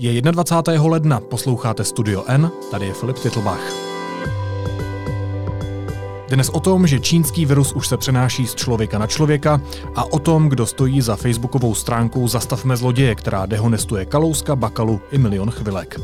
Je 21. ledna, posloucháte Studio N, tady je Filip Titlbach. Dnes o tom, že čínský virus už se přenáší z člověka na člověka a o tom, kdo stojí za facebookovou stránkou Zastavme zloděje, která dehonestuje Kalouska, Bakalu i milion chvilek.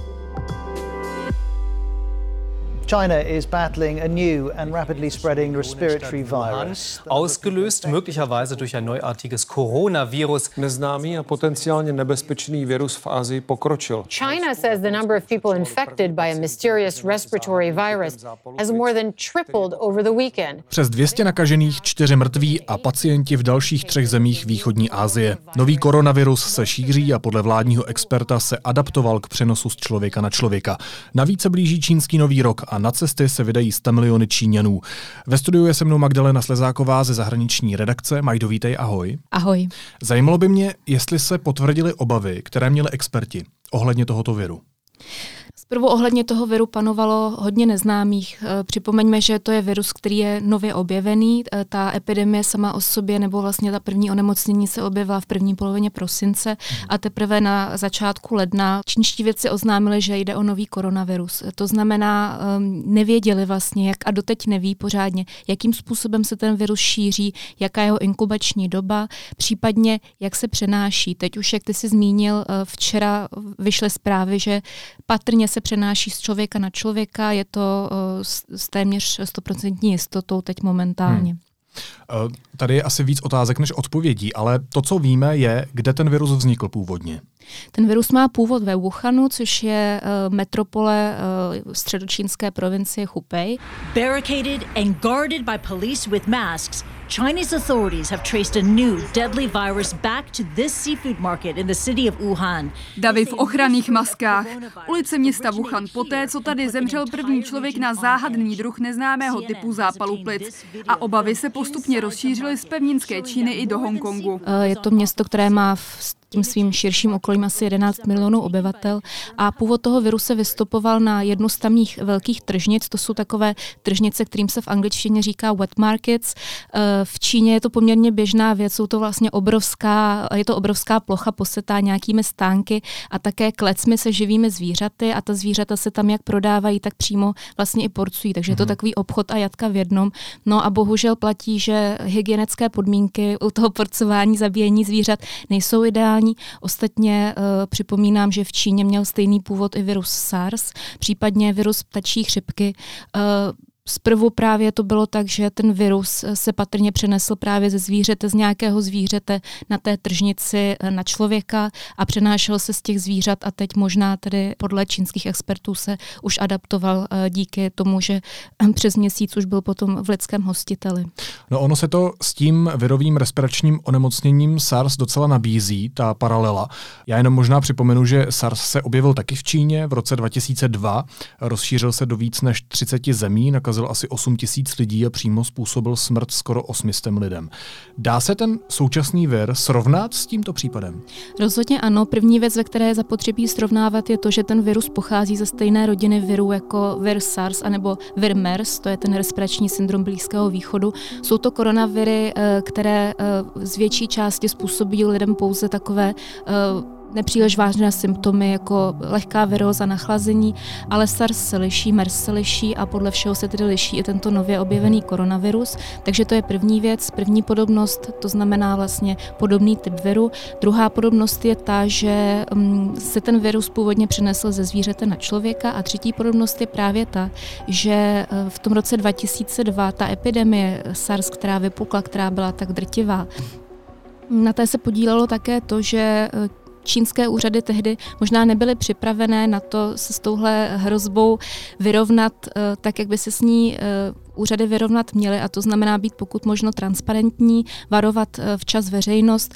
China is battling a new and rapidly spreading respiratory virus. Ausgelöst möglicherweise durch ein neuartiges Coronavirus. Neznámý a potenciálně nebezpečný virus v Asii pokročil. China says the number of people infected by a mysterious respiratory virus has more than tripled over the weekend. Přes 200 nakažených, 4 mrtví a pacienti v dalších 3 zemích východní Asie. Nový koronavirus se šíří a podle vládního experta se adaptoval k přenosu z člověka na člověka. Navíc se blíží čínský nový rok a na cesty se vydají 100 miliony Číňanů. Ve studiu je se mnou Magdalena Slezáková ze zahraniční redakce. Majdo, vítej, ahoj. Ahoj. Zajímalo by mě, jestli se potvrdily obavy, které měli experti ohledně tohoto viru. Zprvu ohledně toho viru panovalo hodně neznámých. Připomeňme, že to je virus, který je nově objevený. Ta epidemie sama o sobě, nebo vlastně ta první onemocnění se objevila v první polovině prosince a teprve na začátku ledna čínští vědci oznámili, že jde o nový koronavirus. To znamená, nevěděli vlastně, jak a doteď neví pořádně, jakým způsobem se ten virus šíří, jaká je jeho inkubační doba, případně jak se přenáší. Teď už, jak ty jsi zmínil, včera vyšly zprávy, že patrně se přenáší z člověka na člověka, je to s téměř 100% jistotou teď momentálně. Tady je asi víc otázek než odpovědí, ale to, co víme, je, kde ten virus vznikl původně. Ten virus má původ ve Wuhanu, což je metropole středočínské provincie Hubei. Barricaded and guarded by police with masks, Chinese authorities have traced a new deadly virus back to this seafood market in the city of Wuhan. Davy v ochranných maskách. Ulice města Wuhan poté, co tady zemřel první člověk na záhadný druh neznámého typu zápalu plic. A obavy se postupně rozšířily z pevninské Číny i do Hongkongu. Je to město, které má tím svým širším okolím asi 11 milionů obyvatel a původ toho viru se vystopoval na jednu z tamních velkých tržnic. To jsou takové tržnice, kterým se v angličtině říká wet markets. V Číně je to poměrně běžná věc, jsou to vlastně je to obrovská plocha posetá nějakými stánky a také klecmi se živými zvířaty a ta zvířata se tam jak prodávají, tak přímo vlastně i porcují, takže je to takový obchod a jatka v jednom. No a bohužel platí, že hygienické podmínky u toho porcování, zabíjení zvířat nejsou ideální. Ostatně připomínám, že v Číně měl stejný původ i virus SARS, případně virus ptačí chřipky. Zprvu právě to bylo tak, že ten virus se patrně přenesl právě z nějakého zvířete na té tržnici na člověka a přenášel se z těch zvířat a teď možná tedy podle čínských expertů se už adaptoval díky tomu, že přes měsíc už byl potom v lidském hostiteli. No ono se to s tím virovým respiračním onemocněním SARS docela nabízí, ta paralela. Já jenom možná připomenu, že SARS se objevil taky v Číně v roce 2002, rozšířil se do víc než 30 zemí, nakazil asi 8 000 lidí a přímo způsobil smrt skoro 800 lidem. Dá se ten současný vir srovnat s tímto případem? Rozhodně ano. První věc, ve které je zapotřebí srovnávat, je to, že ten virus pochází ze stejné rodiny virů jako vir SARS anebo vir MERS, to je ten respirační syndrom Blízkého východu. Jsou to koronaviry, které z větší části způsobí lidem pouze takové nepříliš vážné symptomy jako lehká viróza, nachlazení, ale SARS se liší, MERS se liší a podle všeho se tedy liší i tento nově objevený koronavirus. Takže to je první věc, první podobnost, to znamená vlastně podobný typ viru. Druhá podobnost je ta, že se ten virus původně přenesl ze zvířete na člověka a třetí podobnost je právě ta, že v tom roce 2002 ta epidemie SARS, která vypukla, která byla tak drtivá, na té se podílelo také to, že čínské úřady tehdy možná nebyly připravené na to se s touhle hrozbou vyrovnat tak, jak by se s ní úřady vyrovnat měly, a to znamená být pokud možno transparentní, varovat včas veřejnost.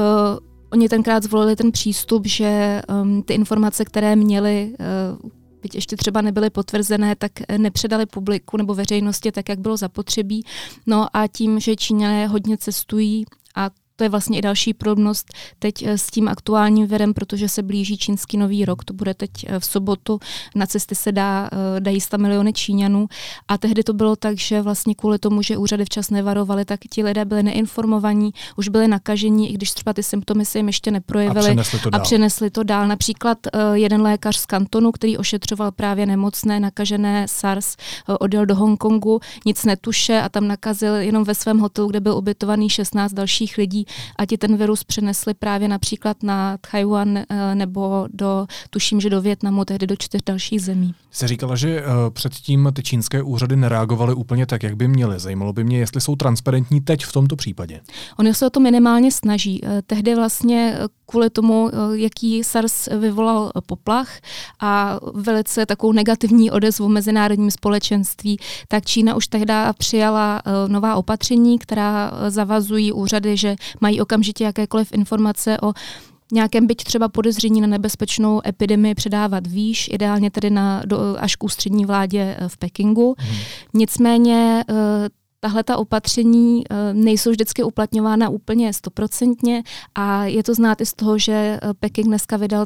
Oni tenkrát zvolili ten přístup, že ty informace, které měli, byť ještě třeba nebyly potvrzené, tak nepředali publiku nebo veřejnosti tak, jak bylo zapotřebí. No a tím, že Číňané hodně cestují a to je vlastně i další podobnost teď s tím aktuálním virem, protože se blíží čínský nový rok, to bude teď v sobotu, na cesty se dají 100 miliony Číňanů a tehdy to bylo tak, že vlastně kvůli tomu, že úřady včas nevarovaly, tak ti lidé byli neinformovaní, už byli nakažení, i když třeba ty symptomy se jim ještě neprojevily a přenesli to dál. Například jeden lékař z kantonu, který ošetřoval právě nemocné, nakažené SARS, odjel do Hongkongu, nic netuše a tam nakazil jenom ve svém hotelu, kde byl ubytovaný 16 dalších lidí a ti ten virus přenesli právě například na Tchaj-wan nebo tuším, že do Vietnamu, tehdy do 4 dalších zemí. Jsi říkala, že předtím ty čínské úřady nereagovaly úplně tak, jak by měly. Zajímalo by mě, jestli jsou transparentní teď v tomto případě. Oni se o to minimálně snaží. Tehdy vlastně kvůli tomu, jaký SARS vyvolal poplach a velice takovou negativní odezvu v mezinárodním společenství, tak Čína už tehdy přijala nová opatření, která zavazují úřady, že mají okamžitě jakékoliv informace o nějakém byť třeba podezření na nebezpečnou epidemii předávat výš, ideálně tedy až k ústřední vládě v Pekingu. Nicméně tahle ta opatření nejsou vždycky uplatňována úplně 100% a je to znát i z toho, že Peking dneska vydal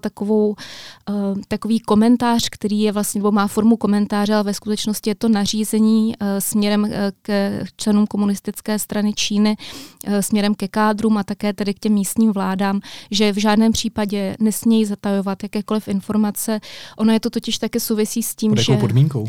takový komentář, který je vlastně, nebo má formu komentáře, ale ve skutečnosti je to nařízení směrem k členům komunistické strany Číny, směrem ke kádrům a také tedy k těm místním vládám, že v žádném případě nesmějí zatajovat jakékoliv informace. Ono je to totiž také souvisí s tím, že...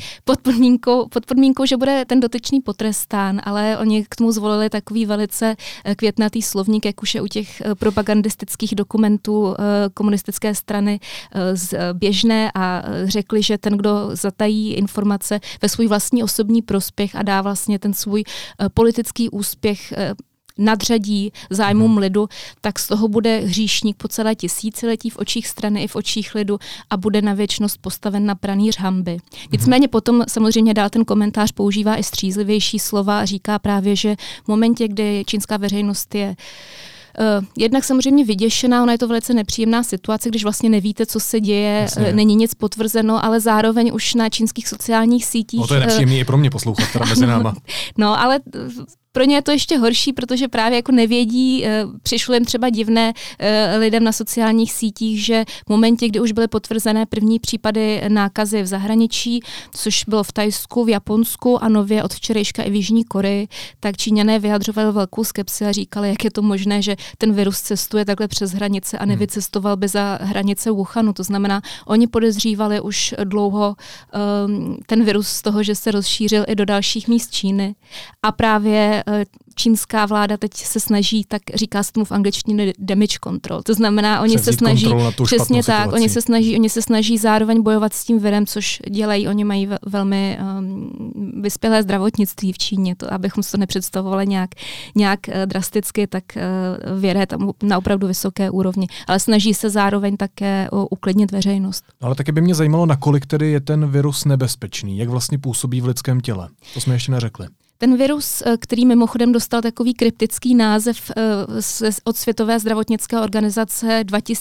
Pod podmínkou, že bude ten dotyčný potrestán, ale oni k tomu zvolili takový velice květnatý slovník, jak už je u těch propagandistických dokumentů komunistické strany běžné a řekli, že ten, kdo zatají informace ve svůj vlastní osobní prospěch a dá vlastně ten svůj politický úspěch nadřadí zájmům lidu, tak z toho bude hříšník po celé tisíciletí v očích strany i v očích lidu a bude na věčnost postaven na pranýř hanby. Nicméně potom samozřejmě dál ten komentář používá i střízlivější slova a říká právě, že v momentě, kdy čínská veřejnost je jednak samozřejmě vyděšená, ona je to velice nepříjemná situace, když vlastně nevíte, co se děje, jasně, není nic potvrzeno, ale zároveň už na čínských sociálních sítích... No to je nepříjemný i pro mě poslouchat teda mezi náma. No, ale pro ně je to ještě horší, protože právě jako nevědí, přišlo jim třeba divné lidem na sociálních sítích, že v momentě, kdy už byly potvrzené první případy nákazy v zahraničí, což bylo v Thajsku, v Japonsku a nově od včerejška i v Jižní Koreji, tak Číňané vyjadřovali velkou skepsi a říkali, jak je to možné, že ten virus cestuje takhle přes hranice a nevycestoval by za hranice Wuhanu. To znamená, oni podezřívali už dlouho ten virus z toho, že se rozšířil i do dalších míst Číny a právě čínská vláda teď se snaží, tak říká se tomu v angličtině damage control. To znamená, oni se snaží přesně tak, oni se snaží zároveň bojovat s tím virem, což dělají, oni mají velmi vyspělé zdravotnictví v Číně, to, abychom si to nepředstavovali nějak drasticky, tak vir je tam na opravdu vysoké úrovni, ale snaží se zároveň také uklidnit veřejnost. Ale taky by mě zajímalo, nakolik tedy je ten virus nebezpečný, jak vlastně působí v lidském těle. To jsme ještě neřekli. Ten virus, který mimochodem dostal takový kryptický název od Světové zdravotnické organizace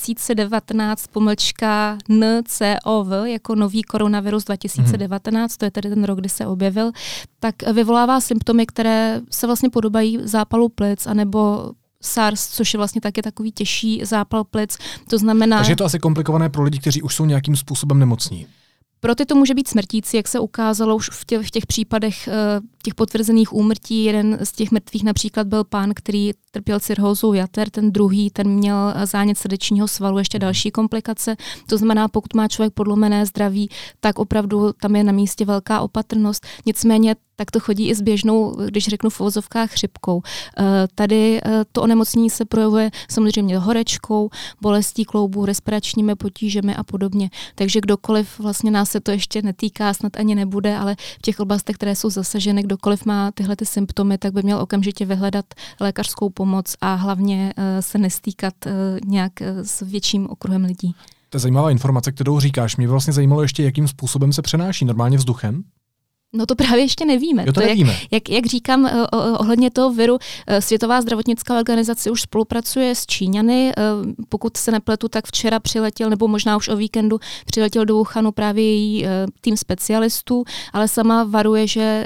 2019-NCOV, jako nový koronavirus 2019, to je tedy ten rok, kdy se objevil, tak vyvolává symptomy, které se vlastně podobají zápalu plic, anebo SARS, což je vlastně taky takový těžší zápal plic. To znamená... Takže je to asi komplikované pro lidi, kteří už jsou nějakým způsobem nemocní. Pro ty to může být smrtící, jak se ukázalo už v těch případech těch potvrzených úmrtí. Jeden z těch mrtvých například byl pán, který trpěl cirhózou jater, ten druhý, ten měl zánět srdečního svalu, ještě další komplikace. To znamená, pokud má člověk podlomené zdraví, tak opravdu tam je na místě velká opatrnost. Nicméně tak to chodí i s běžnou, když řeknu v uvozovkách, chřipkou. Tady to onemocnění se projevuje samozřejmě horečkou, bolestí kloubů, respiračními potížemi a podobně. Takže kdokoliv, vlastně nás se to ještě netýká, snad ani nebude, ale v těch oblastech, které jsou zasaženy, kdokoliv má tyhle ty symptomy, tak by měl okamžitě vyhledat lékařskou pomoc a hlavně se nestýkat nějak s větším okruhem lidí. To je zajímavá informace, kterou říkáš. Mě by vlastně zajímalo ještě, jakým způsobem se přenáší. Normálně vzduchem? No to právě ještě nevíme. Jo, to nevíme. Jak říkám, ohledně toho viru, Světová zdravotnická organizace už spolupracuje s Číňany. Pokud se nepletu, tak včera přiletěl, nebo možná už o víkendu přiletěl do Wuhanu právě její tým specialistů, ale sama varuje, že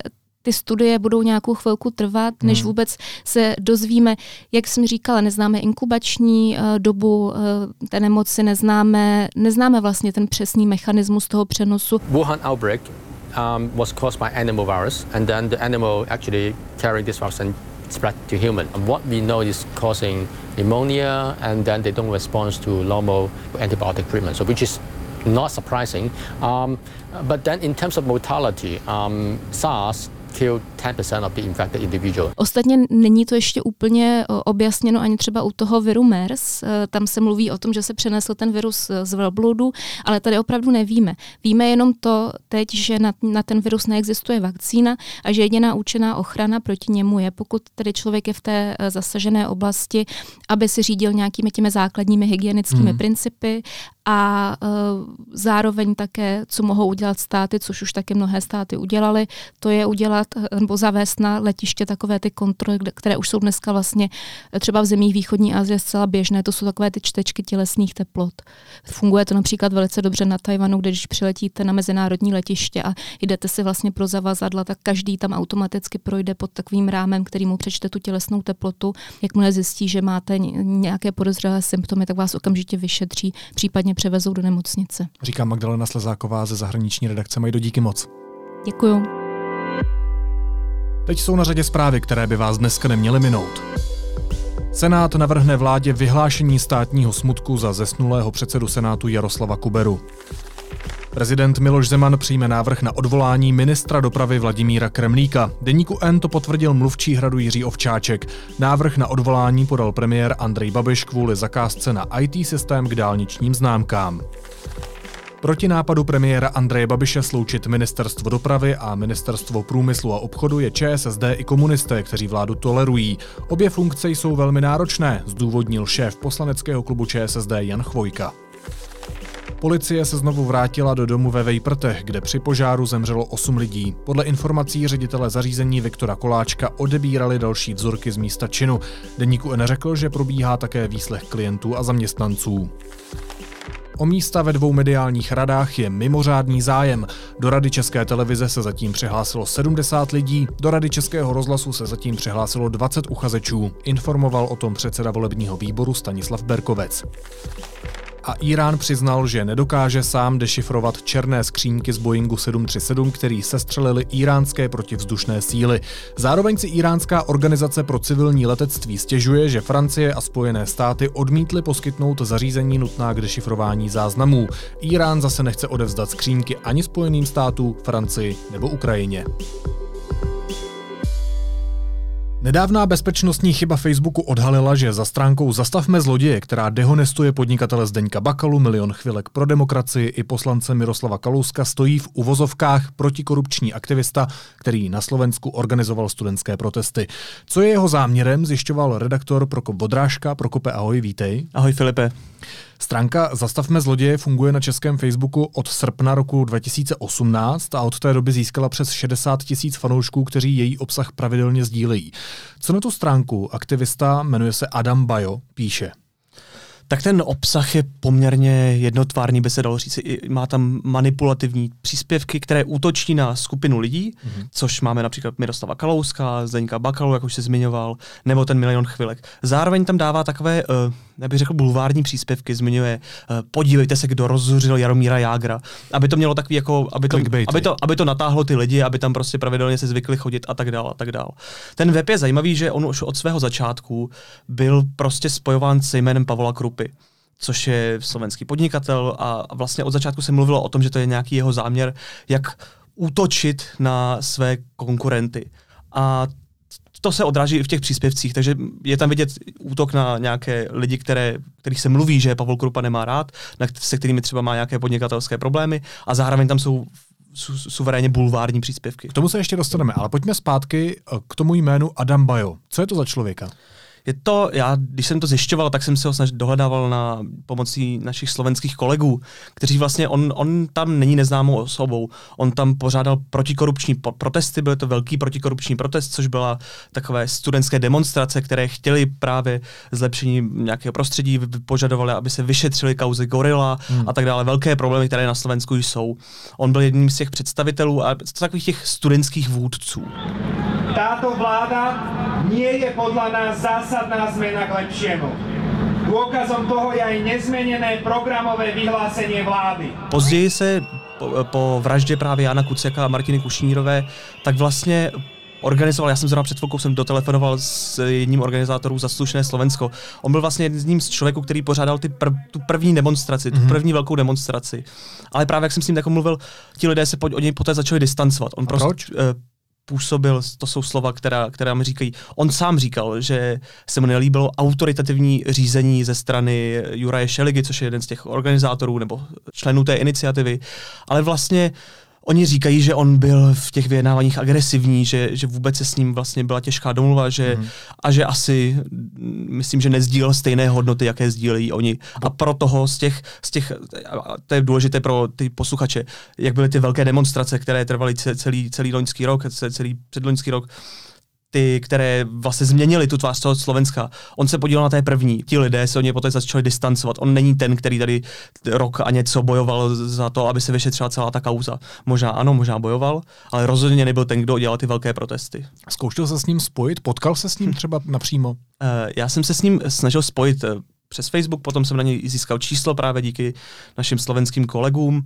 ty studie budou nějakou chvilku trvat, než vůbec se dozvíme, jak jsem říkala, neznáme inkubační dobu té nemoci, neznáme vlastně ten přesný mechanismus toho přenosu. Wuhan outbreak was caused by animal virus, and then the animal actually carried this virus and spread to human. And what we know is causing pneumonia, and then they don't respond to normal antibiotic treatment, so which is not surprising. But then in terms of mortality, SARS killed 10% of the infected individual. Ostatně není to ještě úplně objasněno ani třeba u toho viru MERS. Tam se mluví o tom, že se přenesl ten virus z velbloudu, ale tady opravdu nevíme. Víme jenom to teď, že na ten virus neexistuje vakcína a že jediná účinná ochrana proti němu je, pokud tedy člověk je v té zasažené oblasti, aby si řídil nějakými těmi základními hygienickými principy a zároveň také, co mohou udělat státy, což už taky mnohé státy udělali, to je udělat nebo zavést na letiště takové ty kontroly, které už jsou dneska vlastně třeba v zemích východní Asie zcela běžné, to jsou takové ty čtečky tělesných teplot. Funguje to například velice dobře na Tajvanu, kde když přiletíte na mezinárodní letiště a jdete si vlastně pro zavazadla, tak každý tam automaticky projde pod takovým rámem, který mu přečte tu tělesnou teplotu. Jakmile zjistí, že máte nějaké podezřelé symptomy, tak vás okamžitě vyšetří, případně převezou do nemocnice. Říká Magdalena Slezáková ze zahraniční redakce. Majdo, díky moc. Děkuju. Teď jsou na řadě zprávy, které by vás dneska neměly minout. Senát navrhne vládě vyhlášení státního smutku za zesnulého předsedu Senátu Jaroslava Kuberu. Prezident Miloš Zeman přijme návrh na odvolání ministra dopravy Vladimíra Kremlíka. Deníku N to potvrdil mluvčí Hradu Jiří Ovčáček. Návrh na odvolání podal premiér Andrej Babiš kvůli zakázce na IT systém k dálničním známkám. Proti nápadu premiéra Andreje Babiše sloučit ministerstvo dopravy a ministerstvo průmyslu a obchodu je ČSSD i komunisté, kteří vládu tolerují. Obě funkce jsou velmi náročné, zdůvodnil šéf poslaneckého klubu ČSSD Jan Chvojka. Policie se znovu vrátila do domu ve Vejprtech, kde při požáru zemřelo 8 lidí. Podle informací ředitele zařízení Viktora Koláčka odebírali další vzorky z místa činu. Deníku N řekl, že probíhá také výslech klientů a zaměstnanců. O místa ve 2 mediálních radách je mimořádný zájem. Do Rady České televize se zatím přihlásilo 70 lidí, do Rady Českého rozhlasu se zatím přihlásilo 20 uchazečů. Informoval o tom předseda volebního výboru Stanislav Berkovec. A Írán přiznal, že nedokáže sám dešifrovat černé skříňky z Boeingu 737, který sestřelily íránské protivzdušné síly. Zároveň si iránská organizace pro civilní letectví stěžuje, že Francie a Spojené státy odmítly poskytnout zařízení nutná k dešifrování záznamů. Írán zase nechce odevzdat skříňky ani Spojeným státům, Francii nebo Ukrajině. Nedávná bezpečnostní chyba Facebooku odhalila, že za stránkou Zastavme zloděje, která dehonestuje podnikatele Zdeňka Bakalu, Milion chvilek pro demokracii i poslance Miroslava Kalouska, stojí v uvozovkách protikorupční aktivista, který na Slovensku organizoval studentské protesty. Co je jeho záměrem, zjišťoval redaktor Prokop Bodrážka. Prokope, ahoj, vítej. Ahoj, Filipe. Stránka Zastavme zloděje funguje na českém Facebooku od srpna roku 2018 a od té doby získala přes 60 000 fanoušků, kteří její obsah pravidelně sdílejí. Co na tu stránku aktivista, jmenuje se Adam Bajo, píše? Tak ten obsah je poměrně jednotvárný, by se dalo říct. Má tam manipulativní příspěvky, které útočí na skupinu lidí, což máme například Miroslava Kalouska, Zdeňka Bakalu, jak už jsi zmiňoval, nebo ten Milion chvilek. Zároveň tam dává takové, já bych řekl, bulvární příspěvky, zmiňuje, podívejte se, kdo rozzuřil Jaromíra Jágra, aby to mělo takový jako, aby to natáhlo ty lidi, aby tam prostě pravidelně se zvykli chodit a tak dál a tak dál. Ten web je zajímavý, že on už od svého začátku byl prostě spojován se jménem Pavola Krupy, což je slovenský podnikatel a vlastně od začátku se mluvilo o tom, že to je nějaký jeho záměr, jak útočit na své konkurenty. A to se odráží i v těch příspěvcích, takže je tam vidět útok na nějaké lidi, kterých se mluví, že Pavel Krupa nemá rád, se kterými třeba má nějaké podnikatelské problémy a zároveň tam jsou suverénně bulvární příspěvky. K tomu se ještě dostaneme, ale pojďme zpátky k tomu jménu Adam Bajo. Co je to za člověka? Když jsem to zjišťoval, tak jsem se ho dohledával na pomocí našich slovenských kolegů, kteří vlastně, on tam není neznámou osobou. On tam pořádal protikorupční protesty, byl to velký protikorupční protest, což byla takové studentské demonstrace, které chtěly právě zlepšení nějakého prostředí, požadovali, aby se vyšetřily kauzy Gorila a tak dále. Velké problémy, které na Slovensku jsou. On byl jedním z těch představitelů a takových těch studentských vůdců. Táto vláda nie je podľa nás zásadná zmena k lepšiemu. Dôkazom toho je aj nezmenené programové vyhlásenie vlády. Později se po vraždě právě Jana Kuciaka a Martiny Kušnírové, tak vlastně organizoval, já jsem zrovna před chvilkou dotelefonoval s jedním organizátorů za Slušné Slovensko. On byl vlastně jedním z člověků, který pořádal tu první demonstraci, tu první velkou demonstraci. Ale právě jak jsem s ním tak mluvil, ti lidé se od něj poté začali distancovat. Proč? Působil, to jsou slova, která mi říkají. On sám říkal, že se mu nelíbilo autoritativní řízení ze strany Juraje Šeligy, což je jeden z těch organizátorů nebo členů té iniciativy, ale vlastně oni říkají, že on byl v těch vyjednáváních agresivní, že vůbec se s ním vlastně byla těžká domluva, a že asi, myslím, že nezdílel stejné hodnoty, jaké sdílejí oni. A pro toho z těch, to je důležité pro ty posluchače, jak byly ty velké demonstrace, které trvaly celý loňský rok, celý předloňský rok, ty, které vlastně změnily tu tvář toho Slovenska. On se podílel na té první. Ti lidé se od něj poté začali distancovat. On není ten, který tady rok a něco bojoval za to, aby se vyšetřila celá ta kauza. Možná ano, možná bojoval, ale rozhodně nebyl ten, kdo dělal ty velké protesty. Zkoušel se s ním spojit? Potkal se s ním třeba napřímo? Já jsem se s ním snažil spojit přes Facebook, potom jsem na něj získal číslo právě díky našim slovenským kolegům.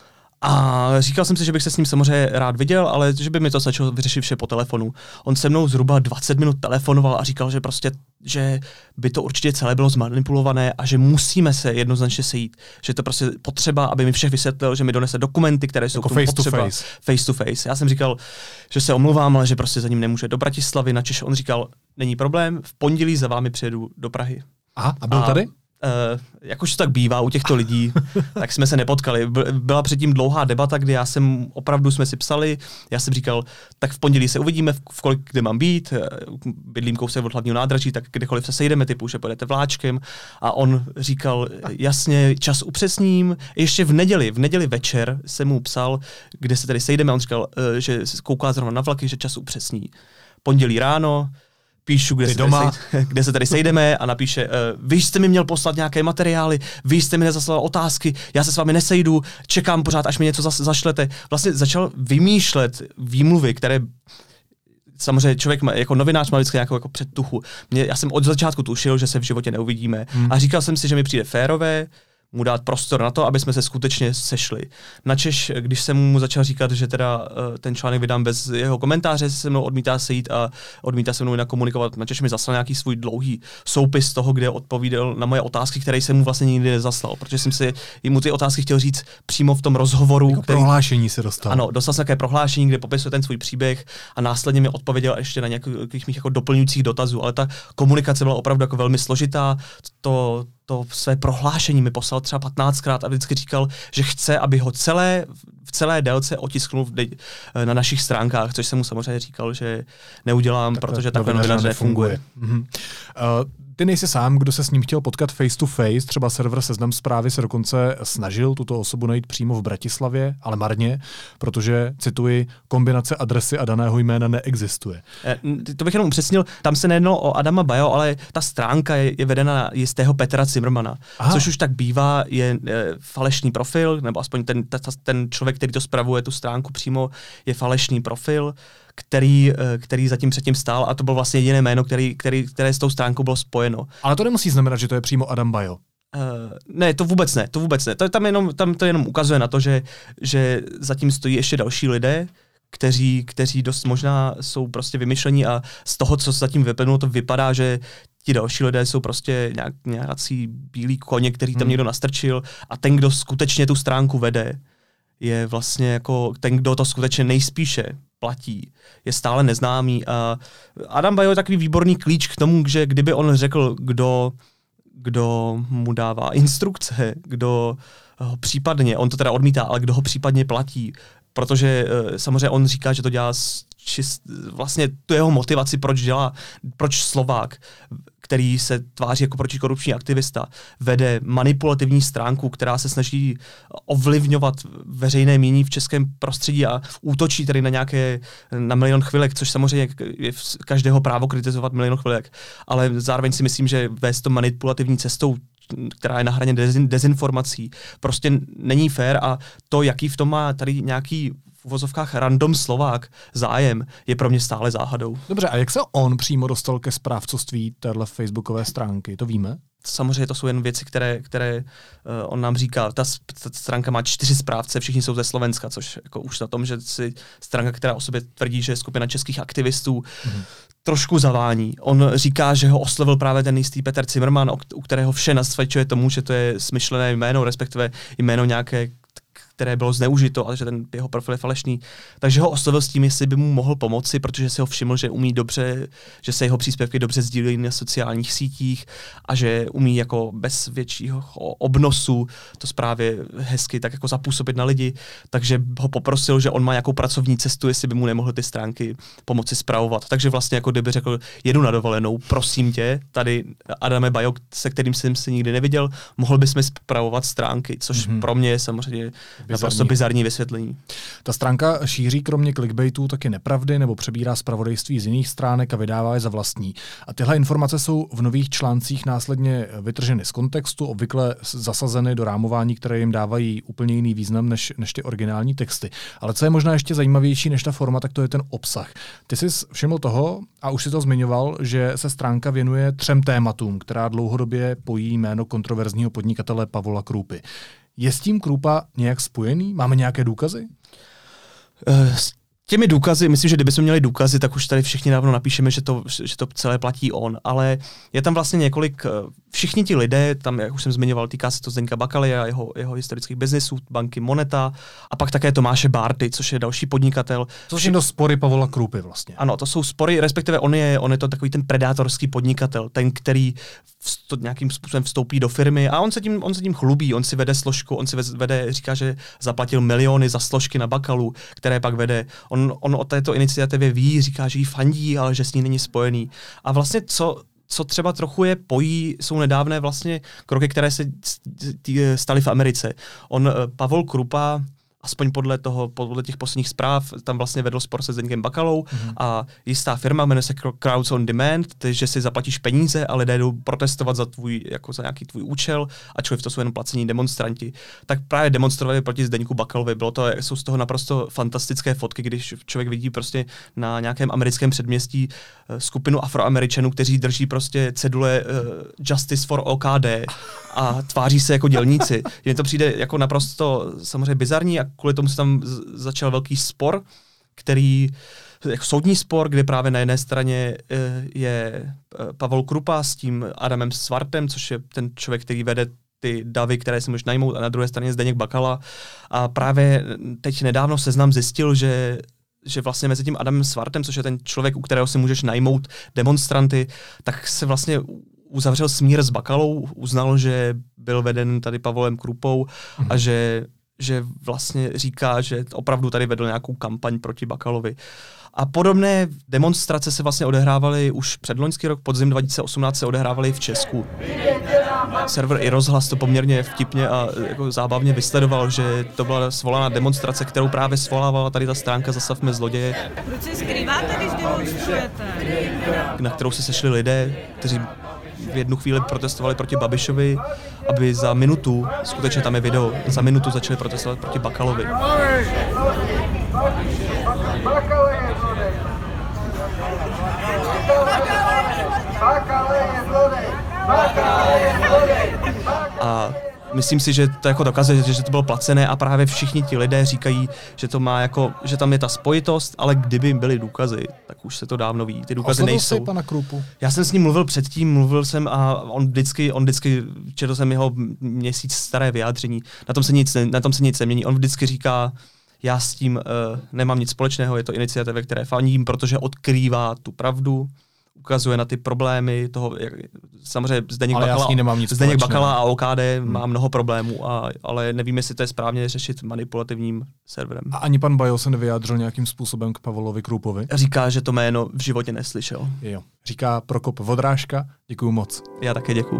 A říkal jsem si, že bych se s ním samozřejmě rád viděl, ale že by mi to začalo vyřešit vše po telefonu. On se mnou zhruba 20 minut telefonoval a říkal, že prostě, že by to určitě celé bylo zmanipulované a že musíme se jednoznačně sejít. Že to prostě potřeba, aby mi všech vysvětlil, že mi donese dokumenty, které jsou jako potřeba. Face to face. Já jsem říkal, že se omlouvám, ale že prostě za ním nemůže do Bratislavy, načež on říkal, není problém, v pondělí za vámi přijedu do Prahy. Aha, a byl tady? Jak už to tak bývá u těchto lidí, tak jsme se nepotkali. Byla předtím dlouhá debata, kdy jsme si psali, já jsem říkal, tak v pondělí se uvidíme, v kolik kde mám být, bydlím kousek od hlavního nádraží, tak kdekoliv se sejdeme, typu, že pojedete vláčkem. A on říkal, jasně, čas upřesním. Ještě v neděli večer jsem mu psal, kde se tady sejdeme, a on říkal, že se kouká zrovna na vlaky, že čas upřesní. Pondělí ráno, píšu, kde se tady sejdeme, a napíše, vy jste mi měl poslat nějaké materiály, vy jste mi nezaslal otázky, já se s vámi nesejdu, čekám pořád, až mi něco zašlete. Vlastně začal vymýšlet výmluvy, které samozřejmě člověk jako novinář má vždycky nějakou jako předtuchu. Já jsem od začátku tušil, že se v životě neuvidíme, a říkal jsem si, že mi přijde férové mu dát prostor na to, aby jsme se skutečně sešli. Načež, když jsem mu začal říkat, že teda ten článek vydám bez jeho komentáře, se mnou odmítá sejít a odmítá se mnou jinak komunikovat, načež mi zaslal nějaký svůj dlouhý soupis toho, kde odpovídal na moje otázky, které jsem mu vlastně nikdy nezaslal, protože jsem si mu ty otázky chtěl říct přímo v tom rozhovoru. Jako prohlášení se dostal. Ano, dostal jsem také prohlášení, kde popisuje ten svůj příběh, a následně mi odpověděl ještě na nějakých mých jako doplňujících dotazů, ale ta komunikace byla opravdu jako velmi složitá. To své prohlášení mi poslal třeba 15krát a vždycky říkal, že chce, aby ho v celé délce otisknul na našich stránkách, což jsem mu samozřejmě říkal, že neudělám, protože takhle novinář nefunguje. Ty nejsi sám, kdo se s ním chtěl potkat face to face, třeba server Seznam Zprávy se dokonce snažil tuto osobu najít přímo v Bratislavě, ale marně, protože, cituji, kombinace adresy a daného jména neexistuje. To bych jenom upřesnil, tam se nejednalo o Adama Bajo, ale ta stránka je vedena na jistého Petra Zimmermana, což už tak bývá, je falešný profil, nebo aspoň ten člověk, který to spravuje, tu stránku přímo, je falešný profil, který zatím předtím stál, a to bylo vlastně jediné jméno, které s tou stránkou bylo spojeno. Ale to nemusí znamenat, že to je přímo Adam Bajo. Ne, to vůbec ne. Tam to jenom ukazuje na to, že zatím stojí ještě další lidé, kteří dost možná jsou prostě vymyšlení, a z toho, co se zatím vyplynulo, to vypadá, že ti další lidé jsou prostě nějaký bílí koně, který tam někdo nastrčil, a ten, kdo skutečně tu stránku vede, je vlastně jako ten, kdo to skutečně nejspíše platí, je stále neznámý. A Adam Bajo je takový výborný klíč k tomu, že kdyby on řekl, kdo mu dává instrukce, kdo ho případně, on to teda odmítá, ale kdo ho případně platí, protože samozřejmě on říká, že to dělá vlastně tu jeho motivaci, proč Slovák, který se tváří jako protikorupční aktivista, vede manipulativní stránku, která se snaží ovlivňovat veřejné mínění v českém prostředí a útočí tady na Milion chvilek, což samozřejmě je každého právo kritizovat Milion chvilek, ale zároveň si myslím, že vést to manipulativní cestou, která je na hraně dezinformací, prostě není fér a to, jaký v tom má tady nějaký v uvozovkách random Slovák zájem, je pro mě stále záhadou. Dobře, a jak se on přímo dostal ke správcovství téhle facebookové stránky, to víme? Samozřejmě to jsou jen věci, které on nám říká. Ta stránka má 4 správce, všichni jsou ze Slovenska, což jako už na tom, že si stránka, která o sobě tvrdí, že je skupina českých aktivistů, trošku zavání. On říká, že ho oslovil právě ten jistý Petr Zimmermann, u kterého vše nasvědčuje tomu, že to je smyšlené jméno, respektive jméno nějaké, které bylo zneužito, ale že ten jeho profil je falešný. Takže ho oslovil s tím, jestli by mu mohl pomoci, protože si ho všiml, že umí dobře, že se jeho příspěvky dobře sdílejí na sociálních sítích a že umí jako bez většího obnosu to zprávě hezky tak jako zapůsobit na lidi. Takže ho poprosil, že on má nějakou pracovní cestu, jestli by mu nemohl ty stránky pomoci spravovat. Takže vlastně jako kdyby řekl, jedu na dovolenou, prosím tě, tady Adame Bajo, se kterým jsem se nikdy neviděl, mohl bys mi spravovat stránky, což pro mě je samozřejmě naprosto bizarní vysvětlení. Ta stránka šíří kromě clickbaitů taky nepravdy nebo přebírá zpravodajství z jiných stránek a vydává je za vlastní. A tyhle informace jsou v nových článcích následně vytrženy z kontextu, obvykle zasazeny do rámování, které jim dávají úplně jiný význam než ty originální texty. Ale co je možná ještě zajímavější než ta forma, tak to je ten obsah. Ty jsi všiml toho, a už si to zmiňoval, že se stránka věnuje 3 tématům, která dlouhodobě pojí jméno kontroverzního podnikatele Pavola Krúpy. Je s tím Krúpa nějak spojený? Máme nějaké důkazy? S těmi důkazy, myslím, že kdybychom měli důkazy, tak už tady všichni dávno napíšeme, že to celé platí on, ale je tam vlastně několik, všichni ti lidé, tam, jak už jsem zmiňoval, týká se to Zdeňka Bakaly a jeho historických biznisů, banky Moneta a pak také Tomáše Bárty, což je další podnikatel. To jsou spory Pavola Krúpy vlastně. Ano, to jsou spory, respektive on je to takový ten predátorský podnikatel, ten, který nějakým způsobem vstoupí do firmy a on se tím chlubí, on si vede složku, říká, že zaplatil miliony za složky na Bakalu, které pak vede. On o této iniciativě ví, říká, že jí fandí, ale že s ní není spojený. A vlastně co třeba trochu je pojí, jsou nedávné vlastně kroky, které se staly v Americe. Pavol Krúpa, aspoň podle těch posledních zpráv, tam vlastně vedl spor se Zdeňkem Bakalou a jistá firma, jmenuje se Crowds on Demand, že si zaplatíš peníze a lidé jdou protestovat za nějaký tvůj účel, ačkoliv to jsou jenom placení demonstranti. Tak právě demonstrovali proti Zdeňku Bakalovi. Jsou z toho naprosto fantastické fotky, když člověk vidí prostě na nějakém americkém předměstí skupinu Afroameričanů, kteří drží prostě cedule Justice for OKD a tváří se jako dělníci. Mně to přijde jako naprosto samozřejmě bizarní a kvůli tomu se tam začal velký spor, jako soudní spor, kde právě na jedné straně je Pavol Krúpa s tím Adamem Svartem, což je ten člověk, který vede ty davy, které si můžeš najmout, a na druhé straně Zdeněk Bakala. A právě teď nedávno Seznam zjistil, že vlastně mezi tím Adamem Svartem, což je ten člověk, u kterého si můžeš najmout demonstranty, tak se vlastně uzavřel smír s Bakalou, uznal, že byl veden tady Pavlem Krúpou a že vlastně říká, že opravdu tady vedl nějakou kampaň proti Bakalovi. A podobné demonstrace se vlastně odehrávaly už předloňský rok, podzim 2018 se odehrávaly v Česku. Server i Rozhlas to poměrně vtipně a jako zábavně vysledoval, že to byla svolaná demonstrace, kterou právě svolávala tady ta stránka Zastavme zloděje. Proč se skrýváte, když demonstrujete? Na kterou se sešli lidé, kteří v jednu chvíli protestovali proti Babišovi, aby za minutu, skutečně tam je video, za minutu začali protestovat proti Bakalovi. A myslím si, že to jako dokazuje, že to bylo placené a právě všichni ti lidé říkají, že to má že tam je ta spojitost, ale kdyby byly důkazy, tak už se to dávno ví. Ty důkazy nejsou. Jsi pana Krúpu? Já jsem s ním mluvil předtím, a on vždycky četl jsem jeho měsíc staré vyjádření. Na tom se nic nemění. On vždycky říká, já s tím nemám nic společného, je to iniciativa, které fandím, protože odkrývá tu pravdu, ukazuje na ty problémy toho, samozřejmě Zdeněk Bakala, Bakala a OKD má mnoho problémů, ale nevím, jestli to je správně řešit manipulativním serverem. A ani pan Bajo se nevyjádřil nějakým způsobem k Pavlovi Kroupovi? Říká, že to jméno v životě neslyšel. Jo. Říká Prokop Vodrážka. Děkuju moc. Já také děkuju.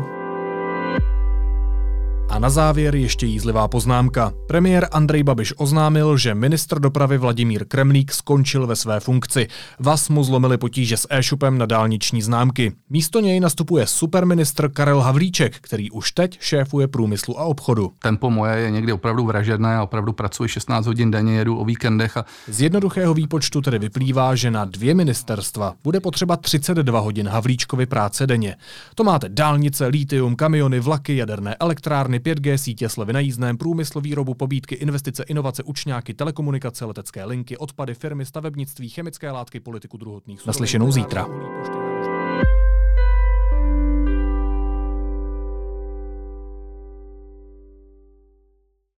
A na závěr ještě jízlivá poznámka. Premiér Andrej Babiš oznámil, že ministr dopravy Vladimír Kremlík skončil ve své funkci. VAZ mu zlomili potíže s e-shopem na dálniční známky. Místo něj nastupuje superministr Karel Havlíček, který už teď šéfuje průmyslu a obchodu. Tempo moje je někdy opravdu vražedné a opravdu pracuji 16 hodin denně, jedu o víkendech. Z jednoduchého výpočtu tedy vyplývá, že na 2 ministerstva bude potřeba 32 hodin Havlíčkovy práce denně. To máte dálnice, litium, kamiony, vlaky, jaderné elektrárny, 5G, sítě, slevy na jízdném, průmysl, výrobu, pobídky, investice, inovace, učňáky, telekomunikace, letecké linky, odpady, firmy, stavebnictví, chemické látky, politiku druhotných surovin. Naslyšenou zítra.